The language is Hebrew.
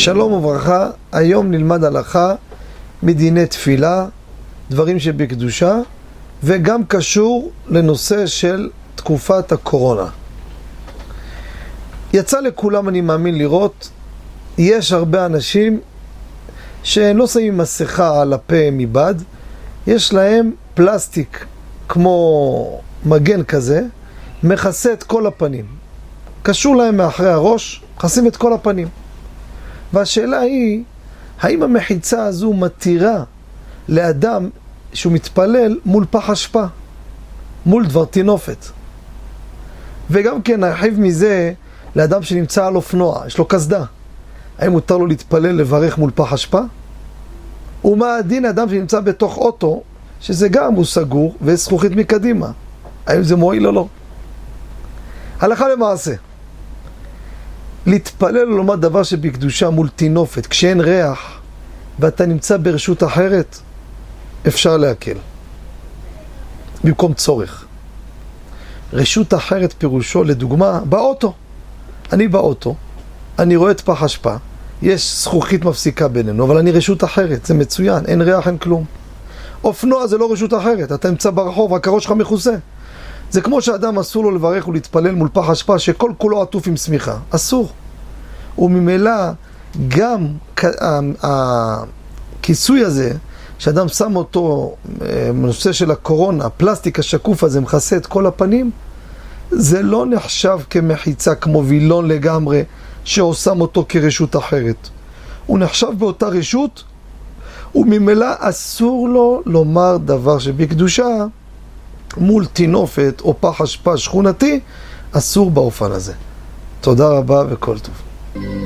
שלום וברכה, היום נלמד הלכה מדיני תפילה, דברים שבקדושה, וגם קשור לנושא של תקופת הקורונה. יצא לכולם, אני מאמין, לראות, יש הרבה אנשים שלא שמים מסכה על הפה מבד, יש להם פלסטיק כמו מגן כזה, מכסה את כל הפנים. קשור להם מאחרי הראש, מכסים את כל הפנים. והשאלה היא, האם המחיצה הזו מתירה לאדם שהוא מתפלל מול פח אשפה, מול דבר תינופת? וגם כן נרחיב מזה לאדם שנמצא על אופנוע, יש לו קסדה. האם מותר לו להתפלל לברך מול פח אשפה? ומה הדין האדם שנמצא בתוך אוטו, שזה גם הוא סגור ויש זכוכית מקדימה? האם זה מועיל או לא? הלכה למעשה, להתפלל או לומר דבר שבקדושה מול תינופת, כשאין ריח ואתה נמצא ברשות אחרת, אפשר להקל במקום צורך. רשות אחרת פירושו, לדוגמה, באוטו. אני באוטו, אני רואה את פח אשפה, יש זכוכית מפסיקה בינינו, אבל אני רשות אחרת, זה מצוין, אין ריח, אין כלום. אופנוע זה לא רשות אחרת, אתה נמצא ברחוב, רק הראש שלך מכוסה. זה כמו שאדם אסור לו לברך ולהתפלל מול פח אשפה שכל כולו עטוף עם סמיכה, אסור. וממילא גם הכיסוי הזה, שאדם שם אותו בנושא של הקורונה, הפלסטיק השקוף הזה מכסה את כל הפנים, זה לא נחשב כמחיצה כמו וילון לגמרי, שהוא שם אותו כרשות אחרת. הוא נחשב באותה רשות, וממילא אסור לו לומר דבר שבקדושה, מול תינופת או פח אשפה שכונתי, אסור באופן הזה. תודה רבה וכל טוב.